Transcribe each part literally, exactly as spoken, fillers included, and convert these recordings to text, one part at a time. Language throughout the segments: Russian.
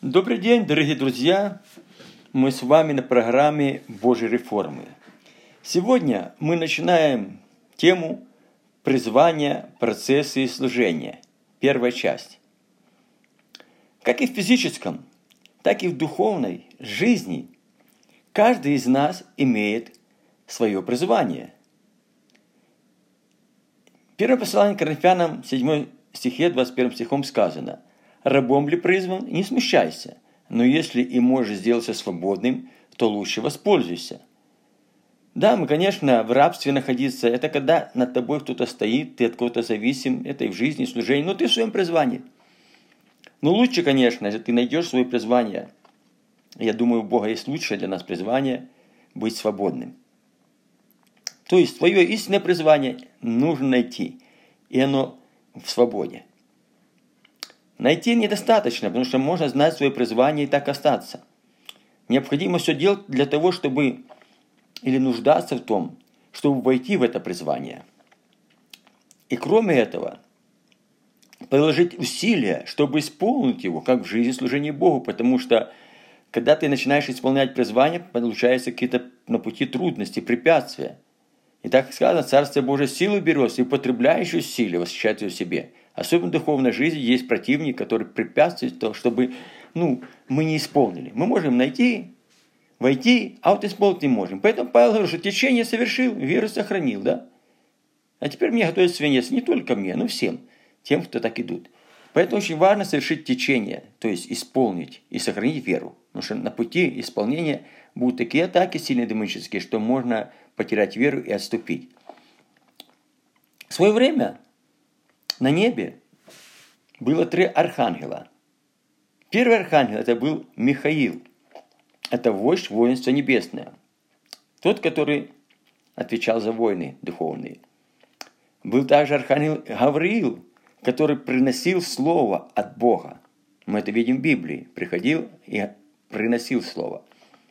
Добрый день, дорогие друзья! Мы с вами на программе Божьей реформы. Сегодня мы начинаем тему призвания, процессы и служения. Первая часть. Как и в физическом, так и в духовной жизни каждый из нас имеет свое призвание. Первое послание к Коринфянам, седьмом стихе, двадцать первым стихом сказано: «Рабом ли призван, не смущайся, но если и можешь сделаться свободным, то лучше воспользуйся». Да, мы, конечно, в рабстве находиться, это когда над тобой кто-то стоит, ты от кого-то зависим, это и в жизни, и в служении, но ты в своем призвании. Но лучше, конечно, если ты найдешь свое призвание. Я думаю, у Бога есть лучшее для нас призвание – быть свободным. То есть, твое истинное призвание нужно найти, и оно в свободе. Найти недостаточно, потому что можно знать свое призвание и так остаться. Необходимо все делать для того, чтобы, или нуждаться в том, чтобы войти в это призвание. И кроме этого, приложить усилия, чтобы исполнить его, как в жизни служения Богу, потому что, когда ты начинаешь исполнять призвание, получаются какие-то на пути трудности, препятствия. И так сказано, Царство Божие силу берет, и употребляющую силу восхищает ее в себе. Особенно в духовной жизни есть противник, который препятствует тому, чтобы ну, мы не исполнили. Мы можем найти, войти, а вот исполнить не можем. Поэтому Павел говорит, что течение совершил, веру сохранил, да? А теперь мне готовится свинец не только мне, но всем, тем, кто так идут. Поэтому очень важно совершить течение, то есть исполнить и сохранить веру. Потому что на пути исполнения будут такие атаки сильные демонические, что можно потерять веру и отступить. В свое время на небе было три архангела. Первый архангел – это был Михаил. Это вождь воинства небесное. Тот, который отвечал за войны духовные. Был также архангел Гавриил, который приносил слово от Бога. Мы это видим в Библии. Приходил и приносил слово.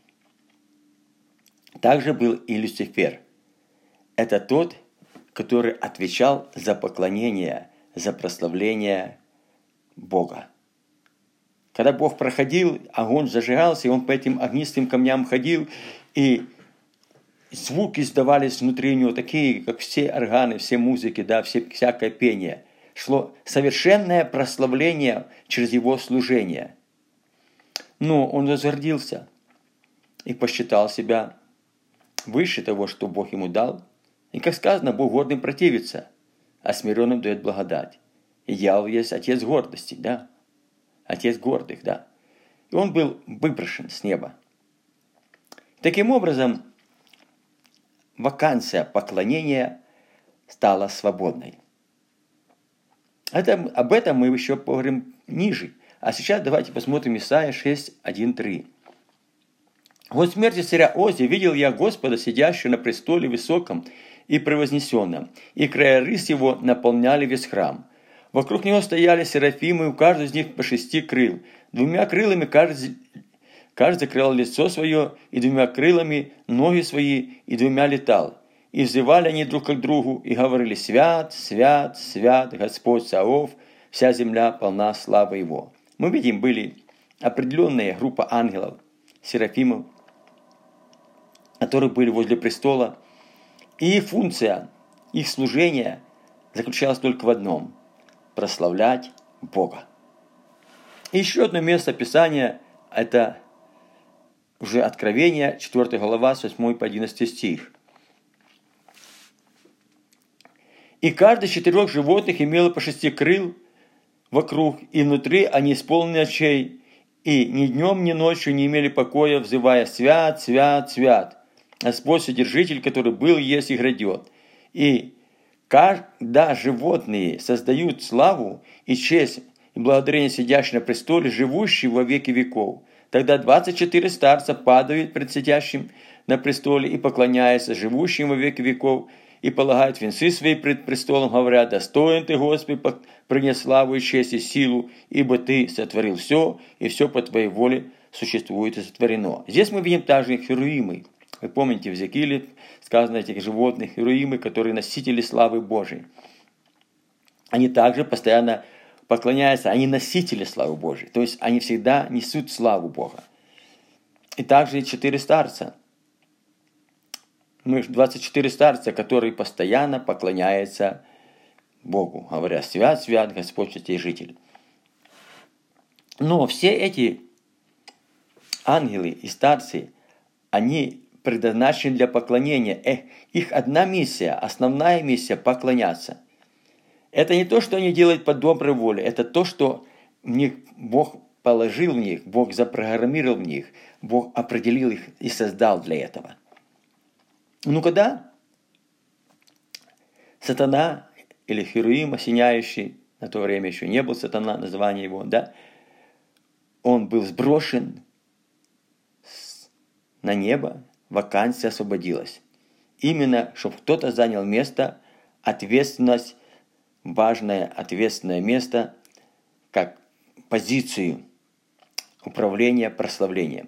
Также был и Люцифер. Это тот, который отвечал за поклонение, за прославление Бога. Когда Бог проходил, огонь зажигался, и он по этим огнистым камням ходил, и звуки издавались внутри него такие, как все органы, все музыки, да, все, всякое пение. Шло совершенное прославление через его служение. Но он возгордился и посчитал себя выше того, что Бог ему дал. И, как сказано, Бог гордым противится, а смиренным дает благодать. И дьявол есть отец гордости, да? Отец гордых, да? И он был выброшен с неба. Таким образом, вакансия поклонения стала свободной. Это, об этом мы еще поговорим ниже. А сейчас давайте посмотрим Исайя шесть, один, три. «Вот смерти царя Ози видел я Господа, сидящего на престоле высоком и превознесенном, и края рыс его наполняли весь храм. Вокруг него стояли серафимы, у каждого из них по шести крыл. Двумя крылами каждый, каждый закрывал лицо свое, и двумя крылами ноги свои, и двумя летал. И взывали они друг к другу, и говорили: «Свят, свят, свят, Господь Саваоф, вся земля полна славы Его». Мы видим, были определенная группа ангелов, серафимов, которые были возле престола. И их функция, их служение заключалось только в одном – прославлять Бога. И еще одно место Писания – это уже Откровение, четвёртая глава, с восьмого по одиннадцатый стих. «И каждый из четырех животных имело по шести крыл вокруг, и внутри они исполнены очей, и ни днем, ни ночью не имели покоя, взывая: свят, свят, свят, Господь Содержитель, который был, есть и грядет. И когда животные создают славу и честь и благодарение сидящему на престоле, живущий во веки веков, тогда двадцать четыре старца падают пред сидящим на престоле и поклоняются живущим во веки веков, и полагают венцы свои пред престолом, говоря: достоин ты, Господи, принять славу и честь и силу, ибо ты сотворил все, и все по твоей воле существует и сотворено. Здесь мы видим также херувимы. Вы помните, в Иезекииле сказано этих животных, херувимы, которые носители славы Божией. Они также постоянно поклоняются, они носители славы Божьей. То есть они всегда несут славу Бога. И также и четыре старца. Мы двадцать четыре старца, которые постоянно поклоняются Богу, говоря: «Свят, свят, Господь Вседержитель». Но все эти ангелы и старцы, они предназначены для поклонения. Эх, их одна миссия, основная миссия – поклоняться. Это не то, что они делают по доброй воле, это то, что в них Бог положил в них, Бог запрограммировал в них, Бог определил их и создал для этого. Ну, когда сатана или Херувим осеняющий, на то время еще не был сатана, название его, да, он был сброшен на небо, вакансия освободилась. Именно, чтобы кто-то занял место, ответственность, важное ответственное место, как позицию управления прославлением.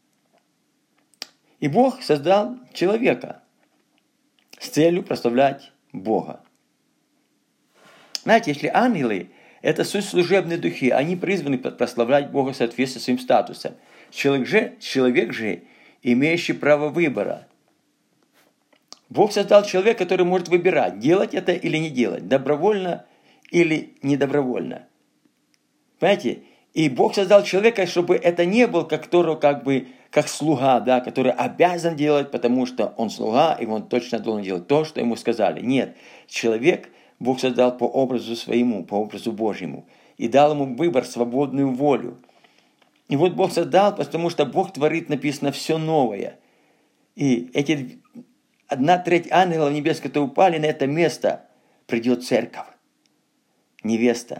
И Бог создал человека с целью прославлять Бога. Знаете, если ангелы – это суть служебные духи, они призваны прославлять Бога в соответствии с своим статусом. Человек же, человек же, имеющий право выбора. Бог создал человека, который может выбирать, делать это или не делать, добровольно или недобровольно. Понимаете? И Бог создал человека, чтобы это не был, как, которого, как бы, как слуга, да, который обязан делать, потому что он слуга, и он точно должен делать то, что ему сказали. Нет, человек Бог создал по образу своему, по образу Божьему, и дал ему выбор, свободную волю. И вот Бог создал, потому что Бог творит, написано, все новое. И эти одна треть ангелов небес, которые упали на это место, придет церковь, невеста,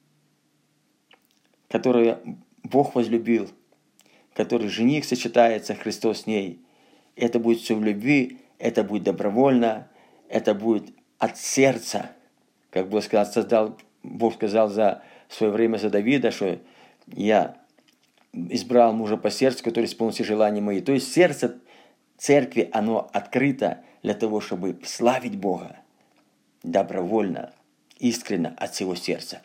которую Бог возлюбил, который жених сочетается, Христос с ней. Это будет все в любви, это будет добровольно, это будет от сердца. Как Бог сказал, создал, Бог сказал за свое время за Давида, что я избрал мужа по сердцу, который исполнил все желания мои. То есть сердце церкви, оно открыто для того, чтобы славить Бога добровольно, искренне, от всего сердца.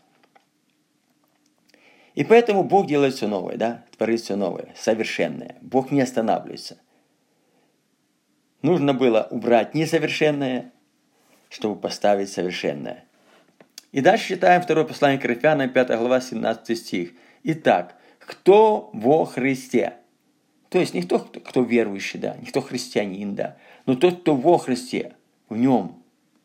И поэтому Бог делает все новое, да, творит все новое, совершенное. Бог не останавливается. Нужно было убрать несовершенное, чтобы поставить совершенное. И дальше читаем второе послание к Коринфянам, пятая глава, семнадцатый стих. Итак, кто во Христе? То есть не кто, кто верующий, да, не кто христианин, да, но тот, кто во Христе, в нем.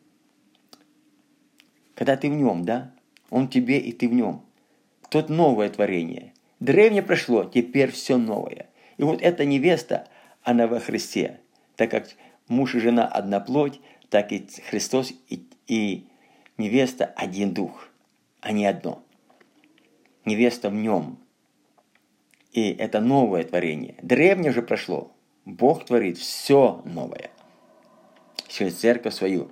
Когда ты в нем, да, он в тебе и ты в нем. Тот новое творение. Древнее прошло, теперь все новое. И вот эта невеста, она во Христе. Так как муж и жена одна плоть, так и Христос и, и невеста один дух, а не одно. Невеста в нем. И это новое творение. Древнее уже прошло. Бог творит все новое. Через церковь свою.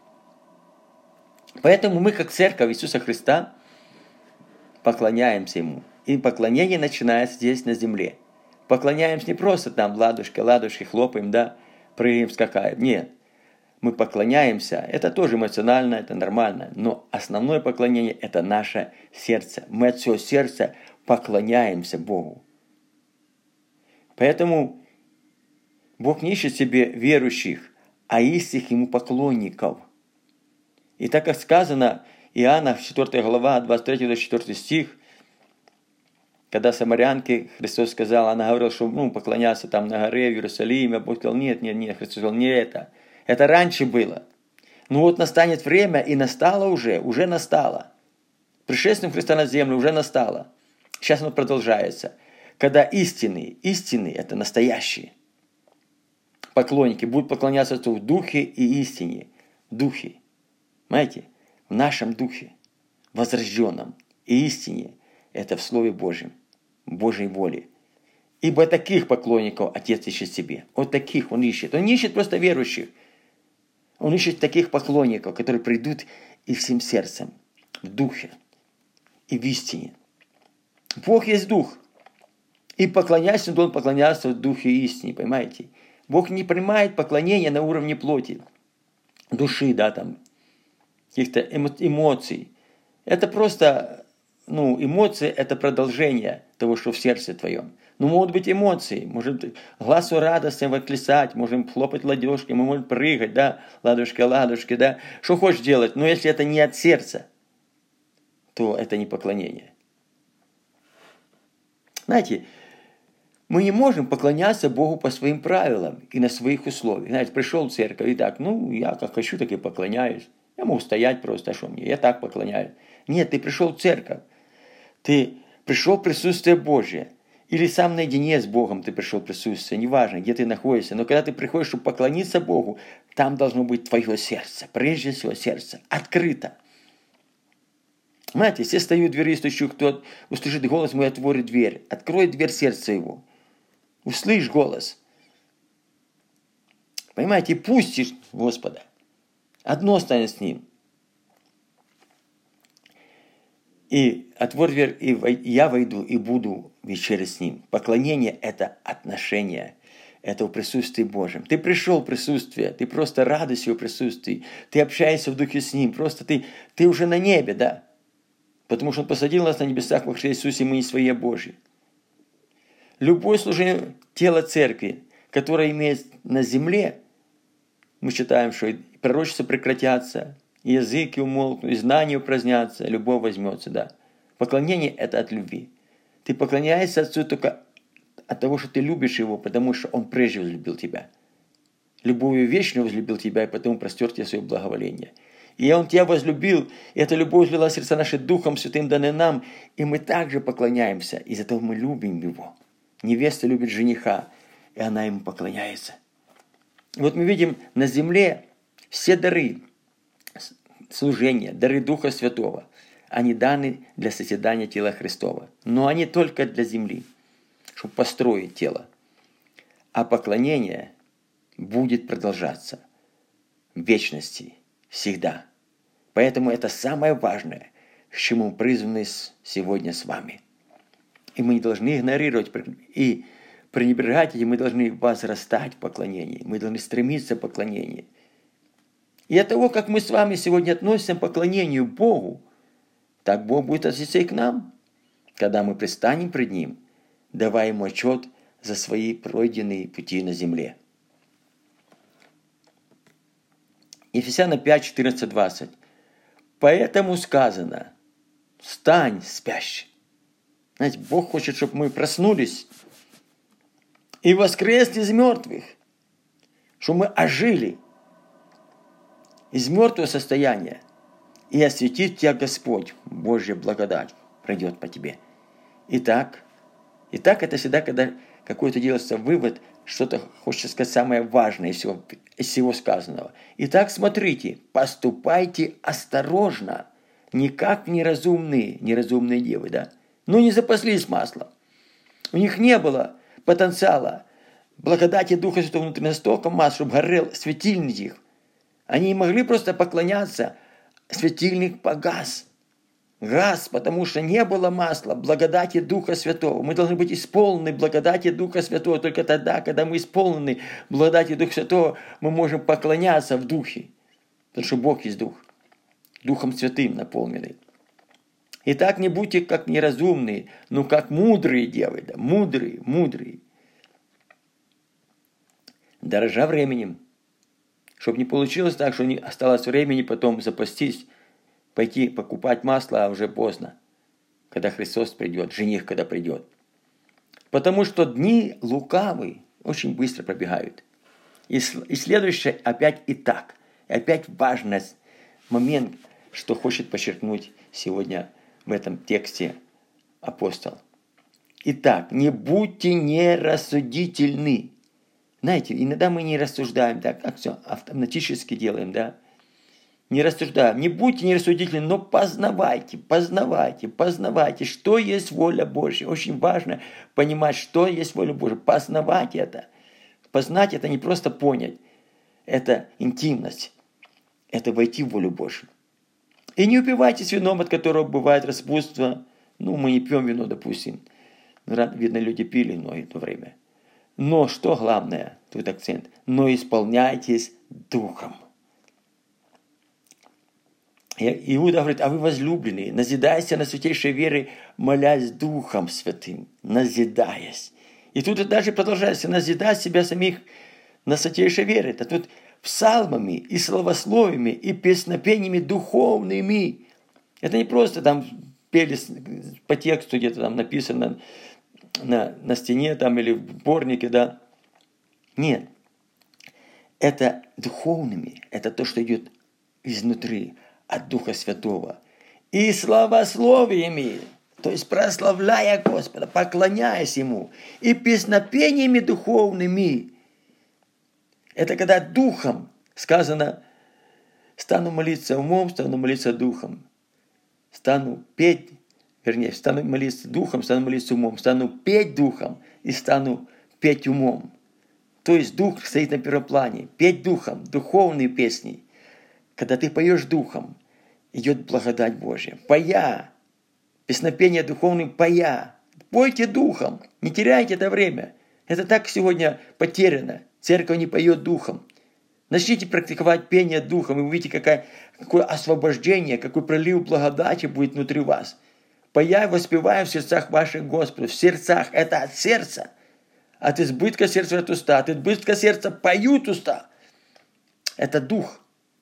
Поэтому мы, как церковь Иисуса Христа, поклоняемся Ему. И поклонение начинается здесь, на земле. Поклоняемся не просто там ладушки, ладушки, хлопаем, да, прыгаем, скакаем. Нет. Мы поклоняемся. Это тоже эмоционально, это нормально. Но основное поклонение – это наше сердце. Мы от всего сердца поклоняемся Богу. Поэтому Бог не ищет себе верующих, а истинных Ему поклонников. И так как сказано, Иоанна, четвёртая глава, двадцать третий до четвёртый стих, когда самарянке Христос сказал, она говорила, что ну, поклоняться там на горе в Иерусалиме, а Бог сказал, нет, нет, нет, Христос сказал, не это. Это раньше было. Но вот настанет время, и настало уже, уже настало. Пришествием Христа на землю уже настало. Сейчас оно продолжается. Когда истинные, истинные, это настоящие поклонники будут поклоняться в духе и истине. В духе. Понимаете? В нашем духе, возрожденном и истине, это в Слове Божьем, Божьей воле. Ибо таких поклонников Отец ищет себе. Вот таких Он ищет. Он не ищет просто верующих. Он ищет таких поклонников, которые придут и всем сердцем, в духе и в истине. Бог есть дух. И поклоняться Он должен поклоняться в духе и истине, понимаете? Бог не принимает поклонения на уровне плоти, души, да, там, каких-то эмоций. Это просто ну, эмоции – это продолжение того, что в сердце твоем. Ну, могут быть эмоции, может глазу радостно восклицать, можем хлопать ладошки, мы можем прыгать, да, ладушки, ладушки, да, что хочешь делать, но если это не от сердца, то это не поклонение. Знаете, мы не можем поклоняться Богу по своим правилам и на своих условиях. Знаете, пришел в церковь и так, ну, я как хочу, так и поклоняюсь. Я могу стоять просто, а что мне, я так поклоняюсь. Нет, ты пришел в церковь, ты пришел в присутствие Божие. Или сам наедине с Богом ты пришел в присутствие, неважно, где ты находишься. Но когда ты приходишь, чтобы поклониться Богу, там должно быть твое сердце, прежде всего сердце, открыто. Знаете, все стою у двери, стучу, кто услышит голос мой, отворит дверь. Открой дверь сердца его. Услышь голос. Понимаете, пустишь Господа. Одно станет с ним. И отвор дверь, и я войду, и буду вечерять с ним. Поклонение – это отношение. Это в присутствии Божьем. Ты пришел в присутствие, ты просто радуешься его присутствии. Ты общаешься в духе с ним. Просто ты, ты уже на небе, да. Потому что он посадил нас на небесах во Христе Иисусе, мы не свои, а Божьи. Любое служение тела церкви, которое имеет на земле, мы считаем, что и пророчества прекратятся, и языки умолкнут, и знания упразднятся, любовь возьмется, да. Поклонение – это от любви. Ты поклоняешься Отцу только от того, что ты любишь Его, потому что Он прежде возлюбил тебя. Любовью вечную возлюбил тебя, и потому простер тебе свое благоволение. И Он тебя возлюбил, и эта любовь взлила сердца наши Духом Святым, данной нам, и мы также поклоняемся, из-за того мы любим Его. Невеста любит жениха, и она ему поклоняется. И вот мы видим на земле все дары служения, дары Духа Святого, они даны для созидания тела Христова. Но они только для земли, чтобы построить тело. А поклонение будет продолжаться в вечности, всегда. Поэтому это самое важное, к чему мы призваны сегодня с вами. И мы не должны игнорировать и пренебрегать этим, мы должны возрастать в поклонении, мы должны стремиться к поклонению. И от того, как мы с вами сегодня относимся к поклонению Богу, так Бог будет относиться и к нам, когда мы предстанем пред Ним, давая Ему отчет за свои пройденные пути на земле. Ефесянам пять, четырнадцать, двадцать. Поэтому сказано, встань, спящий. Знаете, Бог хочет, чтобы мы проснулись и воскресли из мертвых, чтобы мы ожили из мертвого состояния, и осветит тебя Господь, Божья благодать пройдет по тебе. Итак, итак, это всегда, когда какой-то делается вывод, что-то хочется сказать самое важное из всего, из всего сказанного. Итак, смотрите, поступайте осторожно, не как неразумные, неразумные девы, да? Ну, не запаслись маслом. У них не было потенциала благодати Духа Святого внутри настолько масла, чтобы горел светильник их. Они не могли просто поклоняться, светильник погас. Газ, потому что не было масла, благодати Духа Святого. Мы должны быть исполнены благодати Духа Святого. Только тогда, когда мы исполнены благодати Духа Святого, мы можем поклоняться в Духе. Потому что Бог есть Дух. Духом Святым наполненный. Итак, не будьте как неразумные, но как мудрые девы. Да, мудрые, мудрые. Дорожа временем. Чтобы не получилось так, что не осталось времени потом запастись, пойти покупать масло, а уже поздно, когда Христос придет, жених когда придет. Потому что дни лукавые очень быстро пробегают. И, и следующее опять и так. И опять важный момент, что хочет подчеркнуть сегодня в этом тексте апостол. Итак, не будьте нерассудительны. Знаете, иногда мы не рассуждаем, так, как все автоматически делаем, да? Не рассуждаем. Не будьте нерассудительны, но познавайте, познавайте, познавайте, что есть воля Божья. Очень важно понимать, что есть воля Божья. Познавать это. Познать это не просто понять. Это интимность. Это войти в волю Божью. И не упивайтесь вином, от которого бывает распутство. Ну, мы не пьем вино, допустим. Видно, люди пили многие в то время. Но что главное, тут акцент, но исполняйтесь Духом. И Иуда говорит, а вы возлюбленные, назидайся на святейшей вере, молясь Духом Святым, назидаясь. И тут даже продолжается, назидать себя самих на святейшей вере. Это тут псалмами и словословиями и песнопениями духовными. Это не просто там пели по тексту, где-то там написано на, на стене там, или в сборнике, да. Нет. Это духовными, это то, что идет изнутри, от Духа Святого. И славословиями, то есть прославляя Господа, поклоняясь Ему, и песнопениями духовными. Это когда духом сказано, стану молиться умом, стану молиться духом. Стану петь, вернее, стану молиться духом, стану молиться умом, стану петь духом и стану петь умом. То есть дух стоит на первом плане. Петь духом, духовные песни. Когда ты поешь духом, идет благодать Божья. Поя, песнопение духовным поя. Пойте духом, не теряйте это время. Это так сегодня потеряно. Церковь не поет духом. Начните практиковать пение духом, и вы увидите, какое, какое освобождение, какой прилив благодати будет внутри вас. Поя и воспевая в сердцах ваших Господу. В сердцах. Это от сердца. От избытка сердца от уста. От избытка сердца поют уста. Это дух.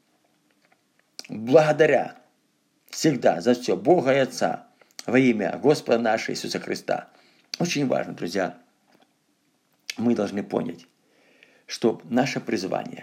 Благодаря всегда за все Бога и Отца во имя Господа нашего Иисуса Христа. Очень важно, друзья, мы должны понять, что наше призвание,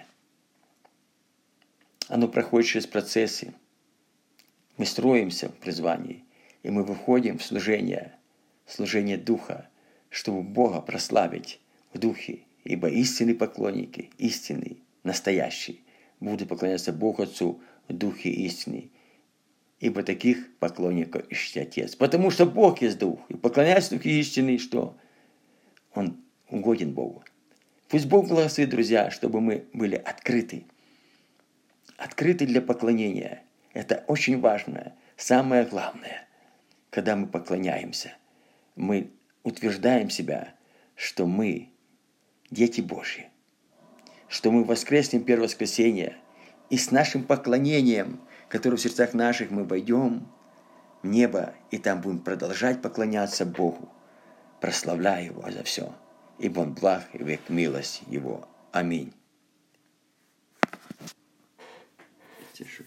оно проходит через процессы. Мы строимся в призвании, и мы выходим в служение, служение Духа, чтобы Бога прославить в Духе, ибо истинные поклонники, истинные, настоящие, будут поклоняться Богу Отцу в Духе истины, ибо таких поклонников ищет Отец. Потому что Бог есть Дух, и поклоняясь Духу истины, что Он угоден Богу. Пусть Бог благословит, друзья, чтобы мы были открыты. Открыты для поклонения. Это очень важно. Самое главное, когда мы поклоняемся, мы утверждаем себя, что мы дети Божьи, что мы воскреснем первое воскресенье, и с нашим поклонением, которое в сердцах наших, мы войдем в небо, и там будем продолжать поклоняться Богу, прославляя Его за все. Ибо Он благ и век милость Его. Аминь.